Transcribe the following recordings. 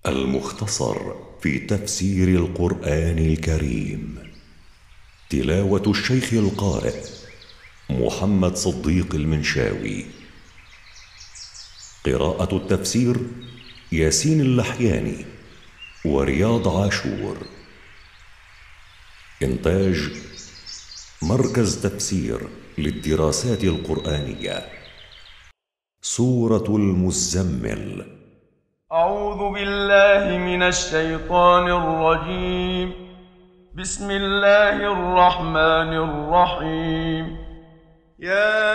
المختصر في تفسير القرآن الكريم. تلاوة الشيخ القارئ محمد صديق المنشاوي. قراءة التفسير ياسين اللحياني ورياض عاشور. إنتاج مركز تفسير للدراسات القرآنية. سورة المزمل. أعوذ بالله من الشيطان الرجيم. بسم الله الرحمن الرحيم. يا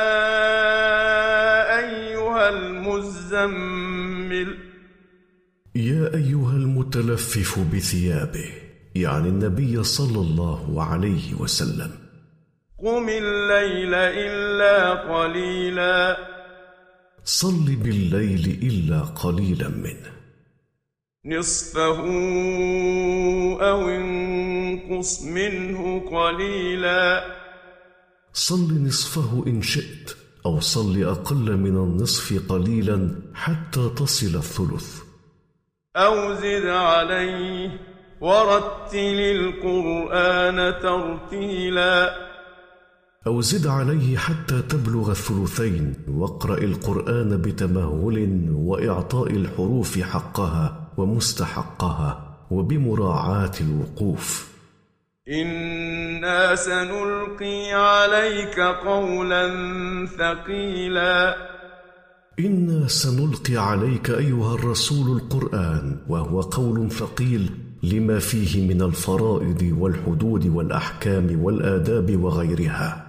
أيها المزمل. يا أيها المتلفف بثيابه، يعني النبي صلى الله عليه وسلم، قم الليل إلا قليلا. صل بالليل إلا قليلا منه، نصفه أو انقص منه قليلا. صل نصفه إن شئت، أو صل أقل من النصف قليلا حتى تصل الثلث، أو زد عليه ورتل القرآن ترتيلا. أو زد عليه حتى تبلغ الثلثين، واقرأ القرآن بتمهل وإعطاء الحروف حقها ومستحقها وبمراعاة الوقوف. إنا سنلقي عليك قولا ثقيلا. إنا سنلقي عليك أيها الرسول القرآن، وهو قول ثقيل لما فيه من الفرائض والحدود والأحكام والآداب وغيرها.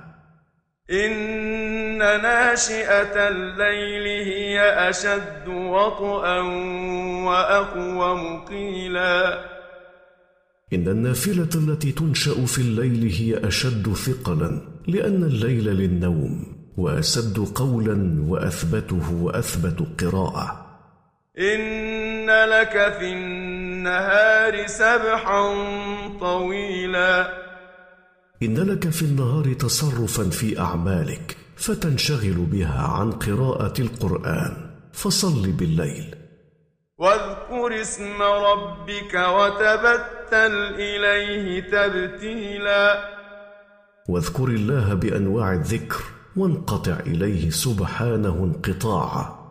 إن ناشئة الليل هي أشد وطئا وأقوم قيلا. إن النافلة التي تنشأ في الليل هي أشد ثقلا، لأن الليل للنوم، وأسد قولا وأثبته وأثبت قراءة. إن لك في النهار سبحا طويلا. إن لك في النهار تصرفا في أعمالك فتنشغل بها عن قراءة القرآن، فصل بالليل. واذكر اسم ربك وتبتل إليه تبتيلا. واذكر الله بأنواع الذكر، وانقطع إليه سبحانه انقطاعا.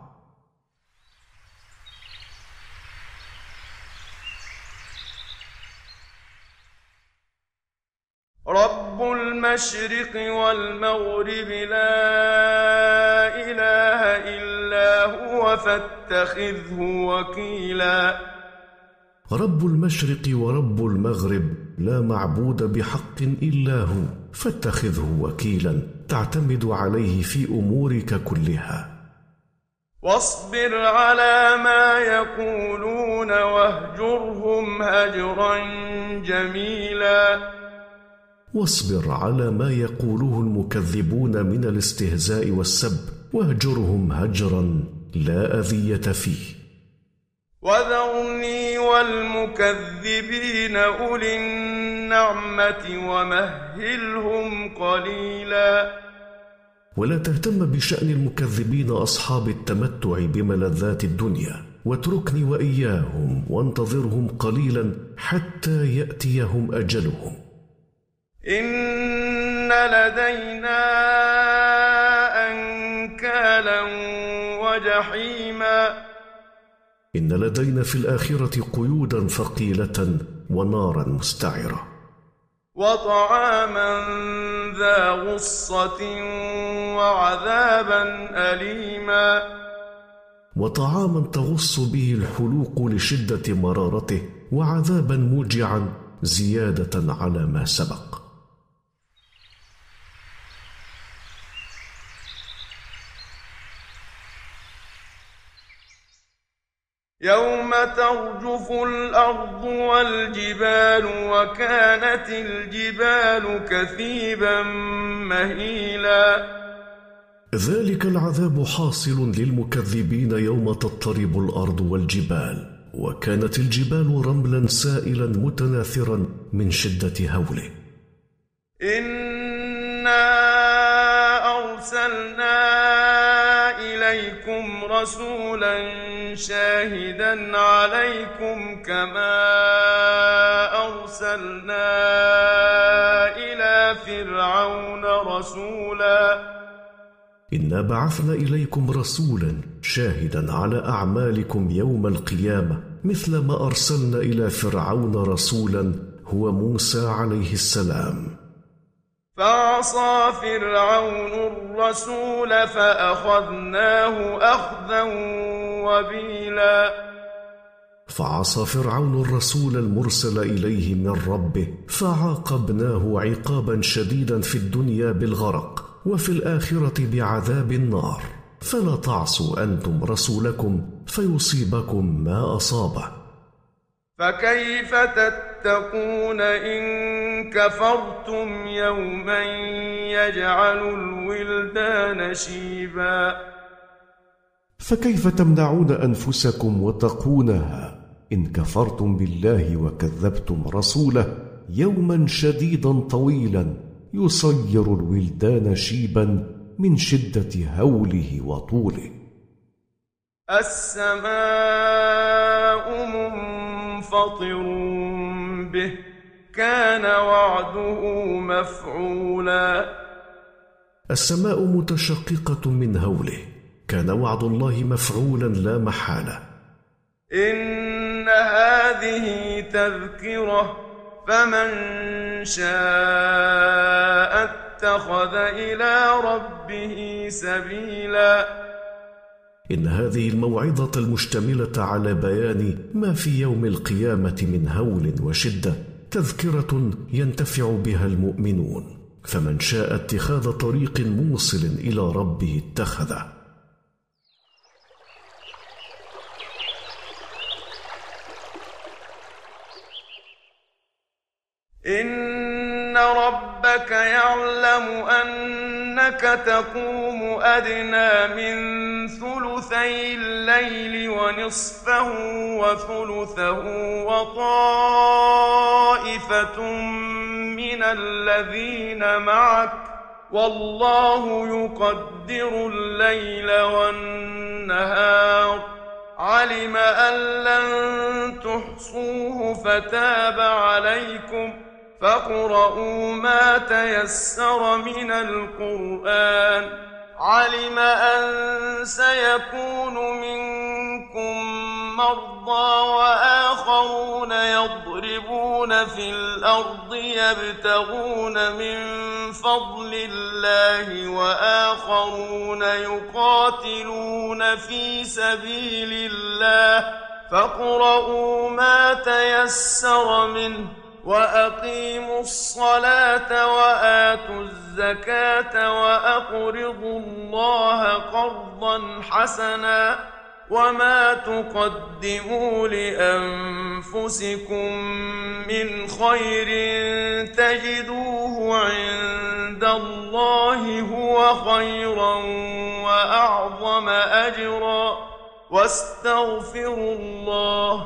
رب المشرق والمغرب لا إله إلا هو فاتخذه وكيلا. رب المشرق ورب المغرب لا معبود بحق إلا هو، فاتخذه وكيلا تعتمد عليه في أمورك كلها. واصبر على ما يقولون واهجرهم هجرا جميلا. واصبر على ما يقوله المكذبون من الاستهزاء والسب، واهجرهم هجرا لا أذية فيه. وذرني والمكذبين أولي النعمة ومهلهم قليلا. ولا تهتم بشأن المكذبين أصحاب التمتع بملذات الدنيا، واتركني وإياهم وانتظرهم قليلا حتى يأتيهم أجلهم. إن لدينا أنكالا وجحيما. إن لدينا في الآخرة قيودا ثقيلة ونارا مستعرة. وطعاما ذا غصة وعذابا أليما. وطعاما تغص به الحلوق لشدة مرارته، وعذابا موجعا زيادة على ما سبق. يوم ترجف الأرض والجبال وكانت الجبال كثيبا مهيلا. ذلك العذاب حاصل للمكذبين يوم تضطرب الأرض والجبال، وكانت الجبال رملا سائلا متناثرا من شدة هوله. إنا أرسلنا إليكم رسولا شاهدا عليكم كما أرسلنا إلى فرعون رسولا إنا بعثنا إليكم رسولا شاهدا على أعمالكم يوم القيامة مثل ما أرسلنا إلى فرعون رسولا هو موسى عليه السلام. فعصى فرعون الرسول فأخذناه أخذا وبيلا. فعصى فرعون الرسول المرسل إليه من ربه فعاقبناه عقابا شديدا في الدنيا بالغرق وفي الآخرة بعذاب النار. فلا تعصوا أنتم رسولكم فيصيبكم ما أصابه. فكيف تتقون إن كفرتم يوما يجعل الولدان شيبا. فكيف تمنعون أنفسكم وتقونها إن كفرتم بالله وكذبتم رسوله يوما شديدا طويلا يصير الولدان شيبا من شدة هوله وطوله. السماء منفطر به كان وعده مفعولا. السماء متشققة من هوله كان وعد الله مفعولا لا محالة. إن هذه تذكرة فمن شاء اتخذ إلى ربه سبيلا. إن هذه الموعظة المشتملة على بيان ما في يوم القيامة من هول وشدة تذكرة ينتفع بها المؤمنون، فمن شاء اتخاذ طريق موصل إلى ربه اتخذه. إن ربك يعلم أنك تقوم أدنى من ثلثي الليل ونصفه وثلثه وطائفة من الذين معك والله يقدر الليل والنهار علم أن لن تحصوه فتاب عليكم فاقرؤوا ما تيسر من القرآن علم أن سيكون منكم مرضى وآخرون يضربون في الأرض يبتغون من فضل الله وآخرون يقاتلون في سبيل الله فاقرؤوا ما تيسر منه وأقيموا الصلاة وآتوا الزكاة وأقرضوا الله قرضا حسنا وما تقدموا لأنفسكم من خير تجدوه عند الله هو خيرا وأعظم أجرا واستغفروا الله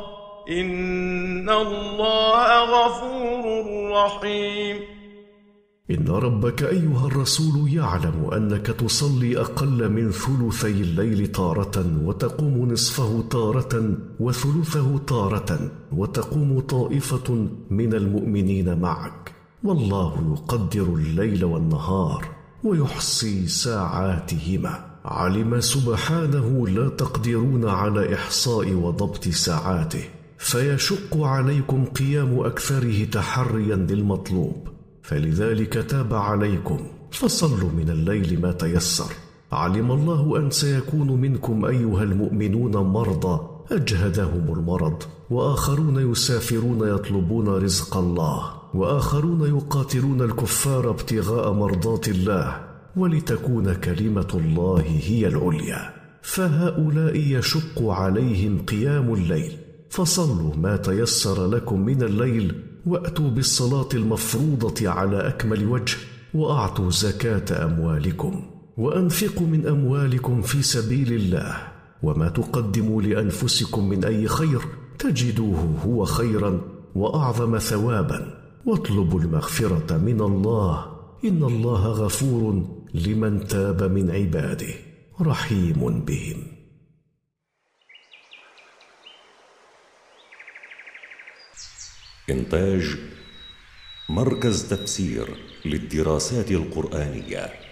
إن الله غفور رحيم. إن ربك أيها الرسول يعلم أنك تصلي أقل من ثلثي الليل تارة وتقوم نصفه تارة وثلثه تارة وتقوم طائفة من المؤمنين معك والله يقدر الليل والنهار ويحصي ساعاتهما علم سبحانه لا تقدرون على إحصاء وضبط ساعاته فيشق عليكم قيام أكثره تحريا للمطلوب فلذلك تاب عليكم فصلوا من الليل ما تيسر علم الله أن سيكون منكم أيها المؤمنون مرضى أجهدهم المرض وآخرون يسافرون يطلبون رزق الله وآخرون يقاتلون الكفار ابتغاء مرضات الله ولتكون كلمة الله هي العليا فهؤلاء يشق عليهم قيام الليل فصلوا ما تيسر لكم من الليل وأتوا بالصلاة المفروضة على أكمل وجه وأعطوا زكاة أموالكم وأنفقوا من أموالكم في سبيل الله وما تقدموا لأنفسكم من أي خير تجدوه هو خيرا وأعظم ثوابا واطلبوا المغفرة من الله إن الله غفور لمن تاب من عباده، رحيم بهم. إنتاج مركز تفسير للدراسات القرآنية.